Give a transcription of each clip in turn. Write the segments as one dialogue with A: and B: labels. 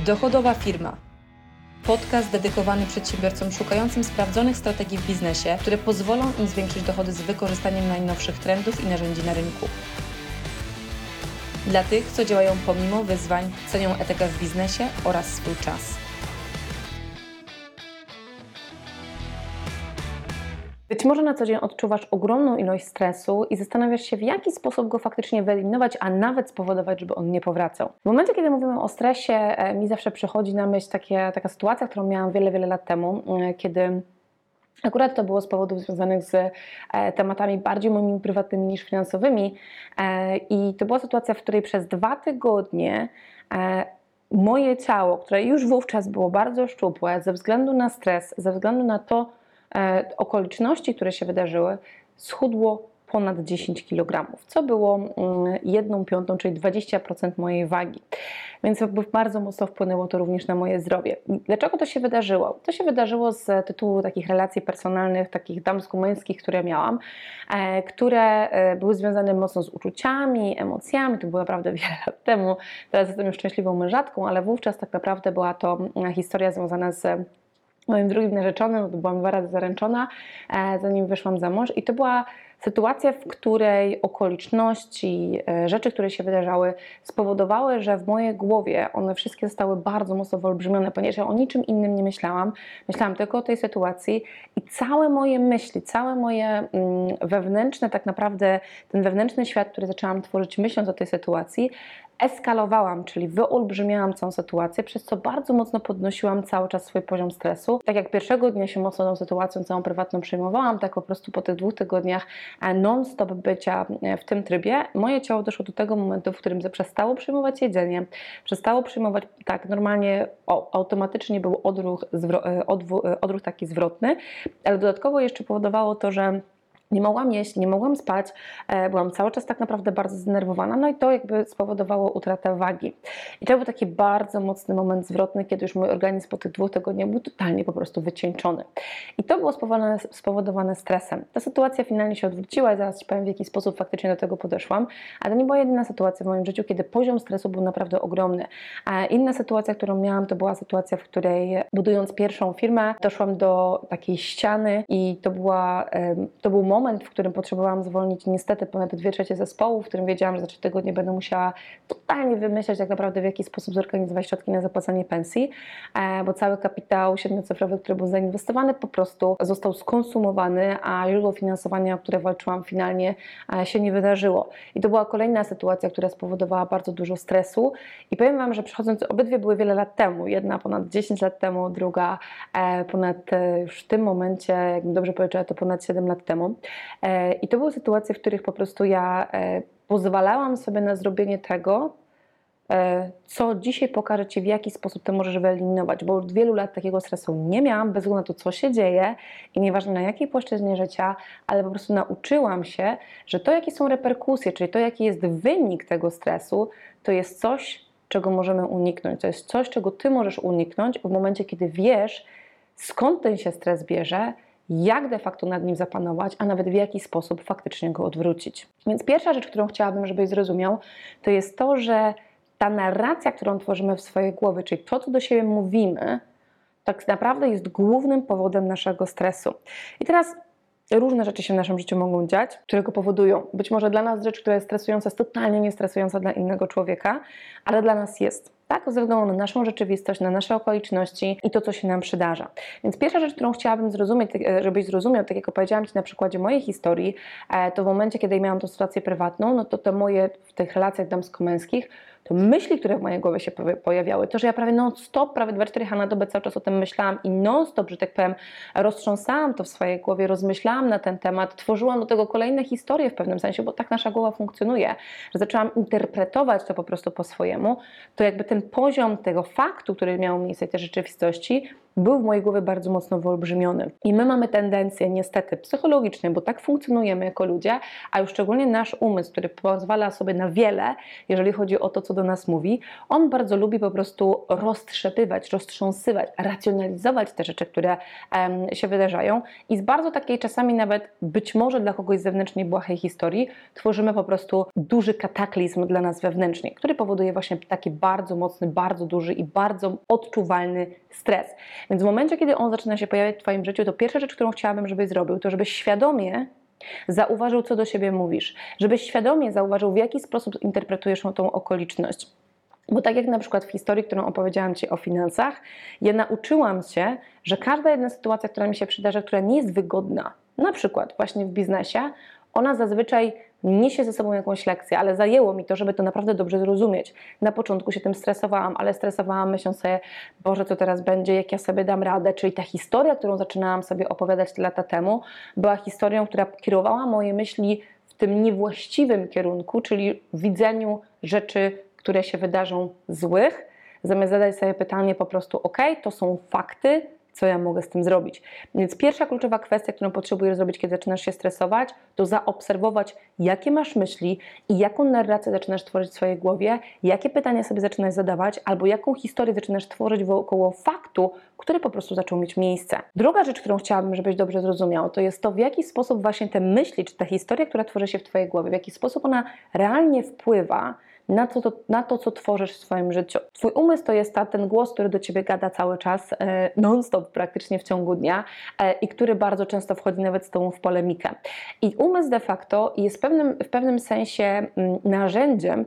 A: Dochodowa firma. Podcast dedykowany przedsiębiorcom szukającym sprawdzonych strategii w biznesie, które pozwolą im zwiększyć dochody z wykorzystaniem najnowszych trendów i narzędzi na rynku. Dla tych, co działają pomimo wyzwań, cenią etykę w biznesie oraz swój czas. Być może na co dzień odczuwasz ogromną ilość stresu i zastanawiasz się, w jaki sposób go faktycznie wyeliminować, a nawet spowodować, żeby on nie powracał. W momencie, kiedy mówimy o stresie, mi zawsze przychodzi na myśl taka sytuacja, którą miałam wiele lat temu, kiedy akurat to było z powodów związanych z tematami bardziej moimi prywatnymi niż finansowymi i to była sytuacja, w której przez 2 tygodnie moje ciało, które już wówczas było bardzo szczupłe, ze względu na stres, ze względu na to, okoliczności, które się wydarzyły, schudło ponad 10 kg, co było 1/5, czyli 20% mojej wagi. Więc jakby bardzo mocno wpłynęło to również na moje zdrowie. Dlaczego to się wydarzyło? To się wydarzyło z tytułu takich relacji personalnych, takich damsko-męskich, które miałam, które były związane mocno z uczuciami, emocjami. To było naprawdę wiele lat temu. Teraz jestem już szczęśliwą mężatką, ale wówczas tak naprawdę była to historia związana z moim drugim narzeczonym, byłam 2 razy zaręczona, zanim wyszłam za mąż i to była sytuacja, w której okoliczności, rzeczy, które się wydarzały, spowodowały, że w mojej głowie one wszystkie zostały bardzo mocno wyolbrzymione, ponieważ ja o niczym innym nie myślałam. Myślałam tylko o tej sytuacji i całe moje myśli, całe moje wewnętrzne, tak naprawdę ten wewnętrzny świat, który zaczęłam tworzyć myśląc o tej sytuacji, eskalowałam, czyli wyolbrzymiałam całą sytuację, przez co bardzo mocno podnosiłam cały czas swój poziom stresu. Tak jak pierwszego dnia się mocno tą sytuacją całą prywatną przejmowałam, tak po prostu po tych 2 tygodniach non-stop bycia w tym trybie, moje ciało doszło do tego momentu, w którym przestało przyjmować jedzenie, przestało przyjmować, tak normalnie, automatycznie był odruch taki zwrotny, ale dodatkowo jeszcze powodowało to, że nie mogłam jeść, nie mogłam spać, byłam cały czas tak naprawdę bardzo zdenerwowana, no i to jakby spowodowało utratę wagi. I to był taki bardzo mocny moment zwrotny, kiedy już mój organizm po tych 2 tygodniach był totalnie po prostu wycieńczony. I to było spowodowane stresem. Ta sytuacja finalnie się odwróciła i zaraz Ci powiem, w jaki sposób faktycznie do tego podeszłam, ale to nie była jedyna sytuacja w moim życiu, kiedy poziom stresu był naprawdę ogromny. Inna sytuacja, którą miałam, to była sytuacja, w której budując pierwszą firmę, doszłam do takiej ściany i to był moment, w którym potrzebowałam zwolnić niestety ponad 2/3 zespołu, w którym wiedziałam, że za 3 tygodnie będę musiała totalnie wymyśleć tak naprawdę, w jaki sposób zorganizować środki na zapłacanie pensji, bo cały kapitał 7-cyfrowy, który był zainwestowany, po prostu został skonsumowany, a źródło finansowania, o które walczyłam, finalnie się nie wydarzyło. I to była kolejna sytuacja, która spowodowała bardzo dużo stresu i powiem Wam, że przychodząc, obydwie były wiele lat temu, jedna ponad 10 lat temu, druga ponad już w tym momencie, jakbym dobrze policzyła, to ponad 7 lat temu. I to były sytuacje, w których po prostu ja pozwalałam sobie na zrobienie tego, co dzisiaj pokaże Ci, w jaki sposób to możesz wyeliminować, bo od wielu lat takiego stresu nie miałam, bez względu na to, co się dzieje i nieważne na jakiej płaszczyźnie życia, ale po prostu nauczyłam się, że to, jakie są reperkusje, czyli to, jaki jest wynik tego stresu, to jest coś, czego możemy uniknąć. To jest coś, czego Ty możesz uniknąć w momencie, kiedy wiesz, skąd ten się stres bierze, jak de facto nad nim zapanować, a nawet w jaki sposób faktycznie go odwrócić. Więc pierwsza rzecz, którą chciałabym, żebyś zrozumiał, to jest to, że ta narracja, którą tworzymy w swojej głowie, czyli to, co do siebie mówimy, tak naprawdę jest głównym powodem naszego stresu. I teraz różne rzeczy się w naszym życiu mogą dziać, które go powodują. Być może dla nas rzecz, która jest stresująca, jest totalnie niestresująca dla innego człowieka, ale dla nas jest. Tak, ze względu na naszą rzeczywistość, na nasze okoliczności i to, co się nam przydarza. Więc pierwsza rzecz, którą chciałabym zrozumieć, żebyś zrozumiał, tak jak opowiedziałam Ci na przykładzie mojej historii, to w momencie, kiedy miałam tą sytuację prywatną, no to te moje w tych relacjach damsko-męskich, to myśli, które w mojej głowie się pojawiały, to, że ja prawie non-stop, prawie 24 na dobę cały czas o tym myślałam i non-stop, że tak powiem, roztrząsałam to w swojej głowie, rozmyślałam na ten temat, tworzyłam do tego kolejne historie w pewnym sensie, bo tak nasza głowa funkcjonuje, że zaczęłam interpretować to po prostu po swojemu, to jakby ten poziom tego faktu, który miał miejsce, tej rzeczywistości, był w mojej głowie bardzo mocno wyolbrzymiony. I my mamy tendencję niestety psychologicznie, bo tak funkcjonujemy jako ludzie, a już szczególnie nasz umysł, który pozwala sobie na wiele, jeżeli chodzi o to, co do nas mówi, on bardzo lubi po prostu roztrzepywać, roztrząsywać, racjonalizować te rzeczy, które się wydarzają i z bardzo takiej czasami nawet być może dla kogoś zewnętrznie błahej historii tworzymy po prostu duży kataklizm dla nas wewnętrznie, który powoduje właśnie taki bardzo mocny, bardzo duży i bardzo odczuwalny stres. Więc w momencie, kiedy on zaczyna się pojawiać w Twoim życiu, to pierwsza rzecz, którą chciałabym, żebyś zrobił, to żebyś świadomie zauważył, co do siebie mówisz, żebyś świadomie zauważył, w jaki sposób interpretujesz tą okoliczność. Bo tak jak na przykład w historii, którą opowiedziałam Ci o finansach, ja nauczyłam się, że każda jedna sytuacja, która mi się przydarza, która nie jest wygodna, na przykład właśnie w biznesie, ona zazwyczaj niesie ze sobą jakąś lekcję, ale zajęło mi to, żeby to naprawdę dobrze zrozumieć. Na początku się tym stresowałam, ale stresowałam myśląc sobie, Boże, co teraz będzie, jak ja sobie dam radę, czyli ta historia, którą zaczynałam sobie opowiadać lata temu, była historią, która kierowała moje myśli w tym niewłaściwym kierunku, czyli w widzeniu rzeczy, które się wydarzą złych, zamiast zadać sobie pytanie po prostu, ok, to są fakty, co ja mogę z tym zrobić. Więc pierwsza kluczowa kwestia, którą potrzebujesz zrobić, kiedy zaczynasz się stresować, to zaobserwować, jakie masz myśli i jaką narrację zaczynasz tworzyć w swojej głowie, jakie pytania sobie zaczynasz zadawać, albo jaką historię zaczynasz tworzyć wokoło faktu, który po prostu zaczął mieć miejsce. Druga rzecz, którą chciałabym, żebyś dobrze zrozumiał, to jest to, w jaki sposób właśnie te myśli, czy ta historia, która tworzy się w Twojej głowie, w jaki sposób ona realnie wpływa na to, co tworzysz w swoim życiu. Twój umysł to jest ten głos, który do Ciebie gada cały czas, non-stop praktycznie w ciągu dnia i który bardzo często wchodzi nawet z Tobą w polemikę. I umysł de facto jest w pewnym sensie narzędziem,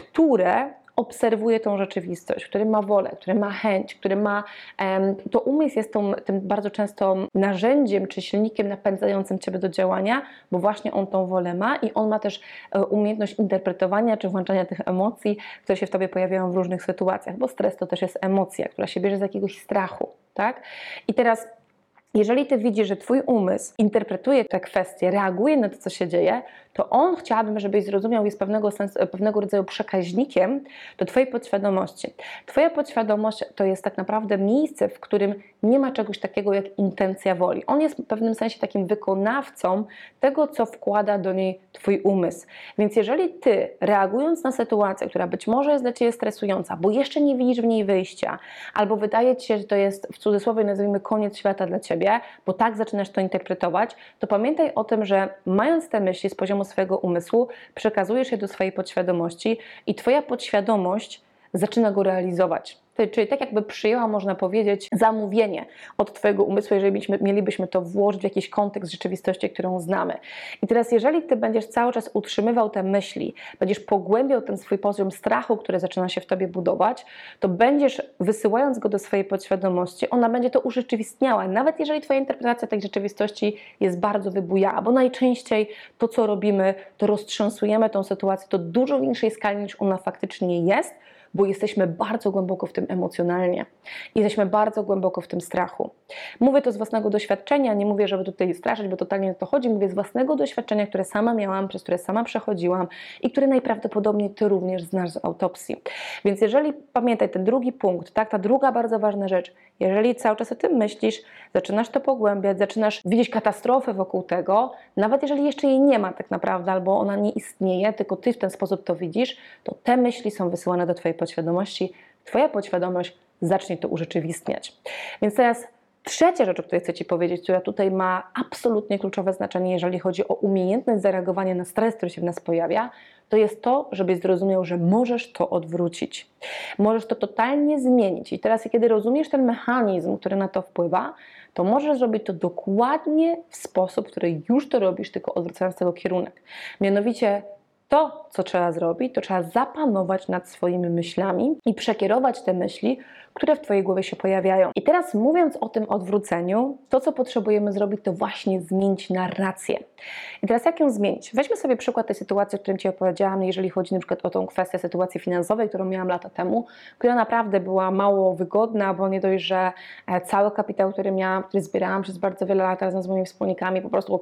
A: które obserwuje tą rzeczywistość, który ma wolę, który ma chęć, który ma... To umysł jest tym bardzo często narzędziem czy silnikiem napędzającym Ciebie do działania, bo właśnie on tą wolę ma i on ma też umiejętność interpretowania czy włączania tych emocji, które się w Tobie pojawiają w różnych sytuacjach, bo stres to też jest emocja, która się bierze z jakiegoś strachu, tak? I teraz jeżeli Ty widzisz, że Twój umysł interpretuje te kwestie, reaguje na to, co się dzieje, to on, chciałabym, żebyś zrozumiał, jest pewnego rodzaju przekaźnikiem do Twojej podświadomości. Twoja podświadomość to jest tak naprawdę miejsce, w którym nie ma czegoś takiego jak intencja woli. On jest w pewnym sensie takim wykonawcą tego, co wkłada do niej Twój umysł. Więc jeżeli Ty, reagując na sytuację, która być może jest dla Ciebie stresująca, bo jeszcze nie widzisz w niej wyjścia, albo wydaje Ci się, że to jest w cudzysłowie nazwijmy koniec świata dla Ciebie, bo tak zaczynasz to interpretować, to pamiętaj o tym, że mając te myśli z poziomu swojego umysłu, przekazujesz je do swojej podświadomości i Twoja podświadomość zaczyna go realizować. Czyli tak jakby przyjęła, można powiedzieć, zamówienie od Twojego umysłu, jeżeli mielibyśmy to włożyć w jakiś kontekst rzeczywistości, którą znamy. I teraz jeżeli Ty będziesz cały czas utrzymywał te myśli, będziesz pogłębiał ten swój poziom strachu, który zaczyna się w Tobie budować, to będziesz wysyłając go do swojej podświadomości, ona będzie to urzeczywistniała, nawet jeżeli Twoja interpretacja tej rzeczywistości jest bardzo wybujała, bo najczęściej to, co robimy, to roztrząsujemy tą sytuację do dużo większej skali, niż ona faktycznie jest, bo jesteśmy bardzo głęboko w tym emocjonalnie. Jesteśmy bardzo głęboko w tym strachu. Mówię to z własnego doświadczenia, nie mówię, żeby tutaj straszyć, bo totalnie nie o to chodzi. Mówię z własnego doświadczenia, które sama miałam, przez które sama przechodziłam i które najprawdopodobniej Ty również znasz z autopsji. Więc jeżeli, pamiętaj, ten drugi punkt, tak, ta druga bardzo ważna rzecz, jeżeli cały czas o tym myślisz, zaczynasz to pogłębiać, zaczynasz widzieć katastrofę wokół tego, nawet jeżeli jeszcze jej nie ma tak naprawdę, albo ona nie istnieje, tylko Ty w ten sposób to widzisz, to te myśli są wysyłane do Twojej podświadomości, Twoja podświadomość zacznie to urzeczywistniać. Więc teraz trzecia rzecz, o której chcę Ci powiedzieć, która tutaj ma absolutnie kluczowe znaczenie, jeżeli chodzi o umiejętność zareagowania na stres, który się w nas pojawia, to jest to, żebyś zrozumiał, że możesz to odwrócić. Możesz to totalnie zmienić. I teraz, kiedy rozumiesz ten mechanizm, który na to wpływa, to możesz zrobić to dokładnie w sposób, w który już to robisz, tylko odwracając tego kierunek. Mianowicie to, co trzeba zrobić, to trzeba zapanować nad swoimi myślami i przekierować te myśli, które w Twojej głowie się pojawiają. I teraz mówiąc o tym odwróceniu, to co potrzebujemy zrobić, to właśnie zmienić narrację. I teraz jak ją zmienić? Weźmy sobie przykład tej sytuacji, o którym Ci opowiedziałam, jeżeli chodzi na przykład o tą kwestię sytuacji finansowej, którą miałam lata temu, która naprawdę była mało wygodna, bo nie dość, że cały kapitał, który zbierałam przez bardzo wiele lat razem z moimi wspólnikami, po prostu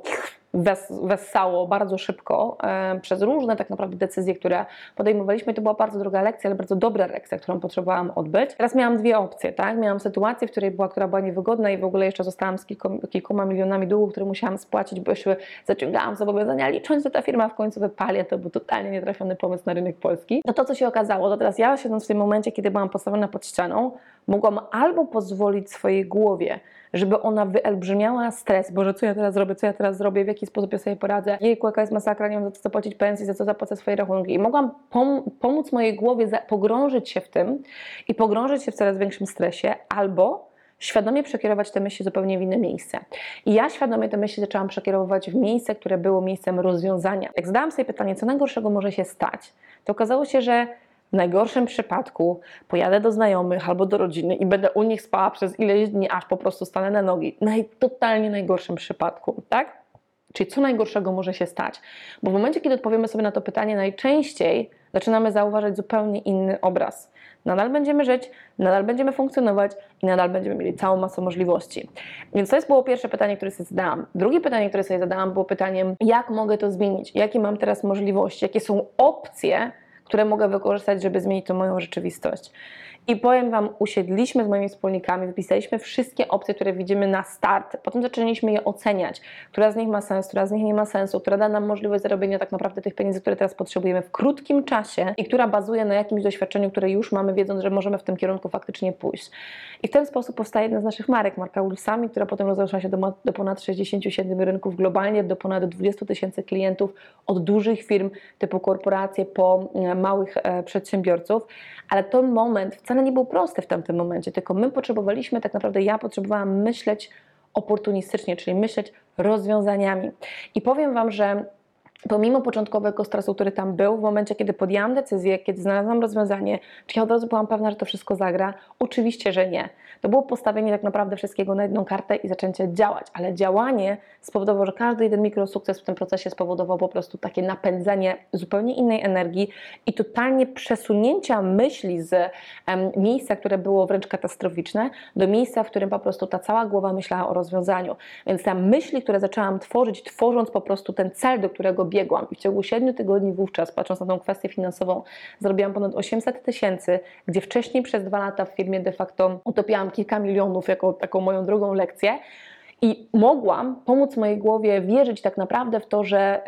A: wessało bardzo szybko przez różne tak naprawdę decyzje, które podejmowaliśmy. To była bardzo droga lekcja, ale bardzo dobra lekcja, którą potrzebowałam odbyć. Teraz miałam dwie opcje, tak? Miałam sytuację, w której która była niewygodna i w ogóle jeszcze zostałam z kilkoma milionami długów, które musiałam spłacić, bo jeszcze zaciągałam zobowiązania, licząc, że ta firma w końcu wypali. To był totalnie nietrafiony pomysł na rynek polski. No to, co się okazało, to teraz ja, siedząc w tym momencie, kiedy byłam postawiona pod ścianą, mogłam albo pozwolić swojej głowie, żeby ona wyelbrzymiała stres, Boże, co ja teraz zrobię, w jaki sposób ja sobie poradzę, jejku, jaka jest masakra, nie mam za co zapłacić pensji, za co zapłacę swoje rachunki. I mogłam pomóc mojej głowie pogrążyć się w tym i pogrążyć się w coraz większym stresie, albo świadomie przekierować te myśli zupełnie w inne miejsce. I ja świadomie te myśli zaczęłam przekierowywać w miejsce, które było miejscem rozwiązania. Jak zadałam sobie pytanie, co najgorszego może się stać, to okazało się, że w najgorszym przypadku pojadę do znajomych albo do rodziny i będę u nich spała przez ileś dni, aż po prostu stanę na nogi. Totalnie najgorszym przypadku, tak? Czyli co najgorszego może się stać? Bo w momencie, kiedy odpowiemy sobie na to pytanie, najczęściej zaczynamy zauważać zupełnie inny obraz. Nadal będziemy żyć, nadal będziemy funkcjonować i nadal będziemy mieli całą masę możliwości. Więc to było pierwsze pytanie, które sobie zadałam. Drugie pytanie, które sobie zadałam, było pytaniem, jak mogę to zmienić? Jakie mam teraz możliwości? Jakie są opcje, które mogę wykorzystać, żeby zmienić tą moją rzeczywistość? I powiem Wam, usiedliśmy z moimi wspólnikami, wypisaliśmy wszystkie opcje, które widzimy na start. Potem zaczęliśmy je oceniać, która z nich ma sens, która z nich nie ma sensu, która da nam możliwość zarobienia tak naprawdę tych pieniędzy, które teraz potrzebujemy w krótkim czasie i która bazuje na jakimś doświadczeniu, które już mamy, wiedząc, że możemy w tym kierunku faktycznie pójść. I w ten sposób powstaje jedna z naszych marek, marka Ulsami, która potem rozrosła się do ponad 67 rynków globalnie, do ponad 20 000 klientów, od dużych firm typu korporacje po małych przedsiębiorców. Ale ten moment wcale nie był prosty w tamtym momencie, tylko my potrzebowaliśmy, tak naprawdę ja potrzebowałam myśleć oportunistycznie, czyli myśleć rozwiązaniami. I powiem Wam, że pomimo początkowego stresu, który tam był, w momencie, kiedy podjęłam decyzję, kiedy znalazłam rozwiązanie, czy ja od razu byłam pewna, że to wszystko zagra? Oczywiście, że nie. To było postawienie tak naprawdę wszystkiego na jedną kartę i zaczęcie działać, ale działanie spowodowało, że każdy jeden mikrosukces w tym procesie spowodował po prostu takie napędzenie zupełnie innej energii i totalnie przesunięcia myśli z miejsca, które było wręcz katastroficzne, do miejsca, w którym po prostu ta cała głowa myślała o rozwiązaniu. Więc te myśli, które zaczęłam tworzyć, tworząc po prostu ten cel, do którego biegłam i w ciągu 7 tygodni wówczas, patrząc na tą kwestię finansową, zarobiłam ponad 800 000, gdzie wcześniej przez 2 lata w firmie de facto utopiłam kilka milionów jako taką moją drugą lekcję. I mogłam pomóc mojej głowie wierzyć tak naprawdę w to, że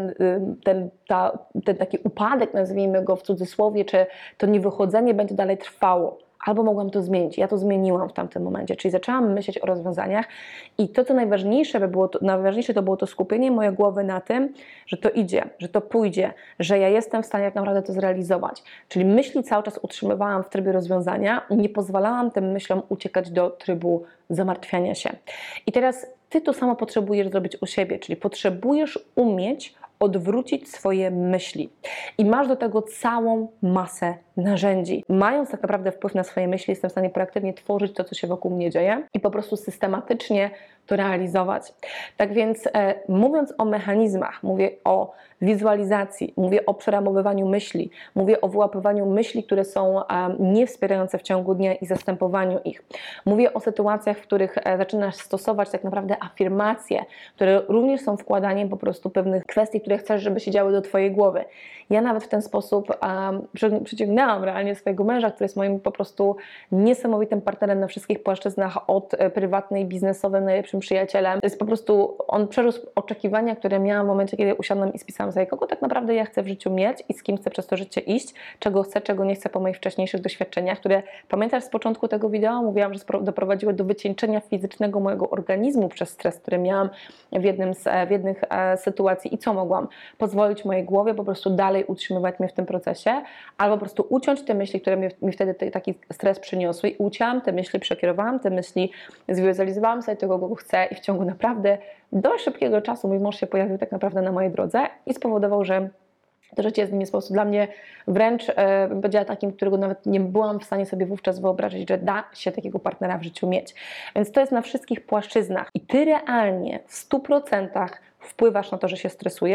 A: ten taki upadek, nazwijmy go w cudzysłowie, czy to niewychodzenie będzie dalej trwało. Albo mogłam to zmienić. Ja to zmieniłam w tamtym momencie, czyli zaczęłam myśleć o rozwiązaniach i to, co najważniejsze to było to skupienie mojej głowy na tym, że to idzie, że to pójdzie, że ja jestem w stanie tak naprawdę to zrealizować. Czyli myśli cały czas utrzymywałam w trybie rozwiązania, nie pozwalałam tym myślom uciekać do trybu zamartwiania się. I teraz Ty to samo potrzebujesz zrobić u siebie, czyli potrzebujesz umieć odwrócić swoje myśli. I masz do tego całą masę narzędzi. Mając tak naprawdę wpływ na swoje myśli, jestem w stanie proaktywnie tworzyć to, co się wokół mnie dzieje i po prostu systematycznie to realizować. Tak więc mówiąc o mechanizmach, mówię o wizualizacji, mówię o przeramowywaniu myśli, mówię o wyłapywaniu myśli, które są niewspierające w ciągu dnia i zastępowaniu ich. Mówię o sytuacjach, w których zaczynasz stosować tak naprawdę afirmacje, które również są wkładaniem po prostu pewnych kwestii, które chcesz, żeby się działy do Twojej głowy. Ja nawet w ten sposób przyciągnęłam realnie swojego męża, który jest moim po prostu niesamowitym partnerem na wszystkich płaszczyznach, od prywatnej, biznesowej, najlepszym przyjacielem. To jest po prostu, on przerósł oczekiwania, które miałam w momencie, kiedy usiadłam i spisałam sobie, kogo tak naprawdę ja chcę w życiu mieć i z kim chcę przez to życie iść, czego chcę, czego nie chcę po moich wcześniejszych doświadczeniach, które, pamiętasz z początku tego wideo, mówiłam, że doprowadziły do wycieńczenia fizycznego mojego organizmu przez stres, który miałam w jednych sytuacji i co mogłam? Pozwolić mojej głowie po prostu dalej utrzymywać mnie w tym procesie, albo po prostu uciąć te myśli, które mi wtedy taki stres przyniosły i ucięłam te myśli, przekierowałam te myśli, zwizualizowałam sobie tego, kogo chcę i w ciągu naprawdę dość szybkiego czasu mój mąż się pojawił tak naprawdę na mojej drodze i spowodował, że to życie z nim jest po prostu dla mnie wręcz, bym powiedziała, takim, którego nawet nie byłam w stanie sobie wówczas wyobrazić, że da się takiego partnera w życiu mieć. Więc to jest na wszystkich płaszczyznach i Ty realnie w 100% wpływasz na to, że się stresujesz,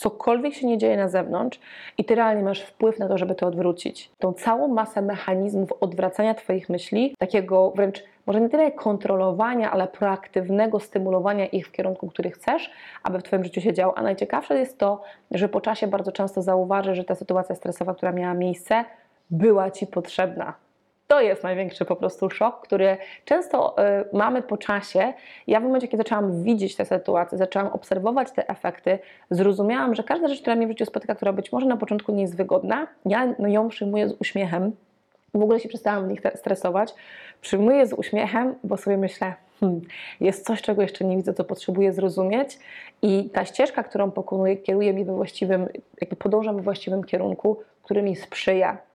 A: cokolwiek się nie dzieje na zewnątrz i Ty realnie masz wpływ na to, żeby to odwrócić. Tą całą masę mechanizmów odwracania Twoich myśli, takiego wręcz może nie tyle kontrolowania, ale proaktywnego stymulowania ich w kierunku, który chcesz, aby w Twoim życiu się działo. A najciekawsze jest to, że po czasie bardzo często zauważysz, że ta sytuacja stresowa, która miała miejsce, była Ci potrzebna. To jest największy po prostu szok, który często mamy po czasie. Ja w momencie, kiedy zaczęłam widzieć tę sytuację, zaczęłam obserwować te efekty, zrozumiałam, że każda rzecz, która mnie w życiu spotyka, która być może na początku nie jest wygodna, ja ją przyjmuję z uśmiechem. W ogóle się przestałam w nich stresować. Przyjmuję z uśmiechem, bo sobie myślę, jest coś, czego jeszcze nie widzę, co potrzebuję zrozumieć i ta ścieżka, którą pokonuję, kieruje mi we właściwym, jakby podążam we właściwym kierunku, który mi sprzyja.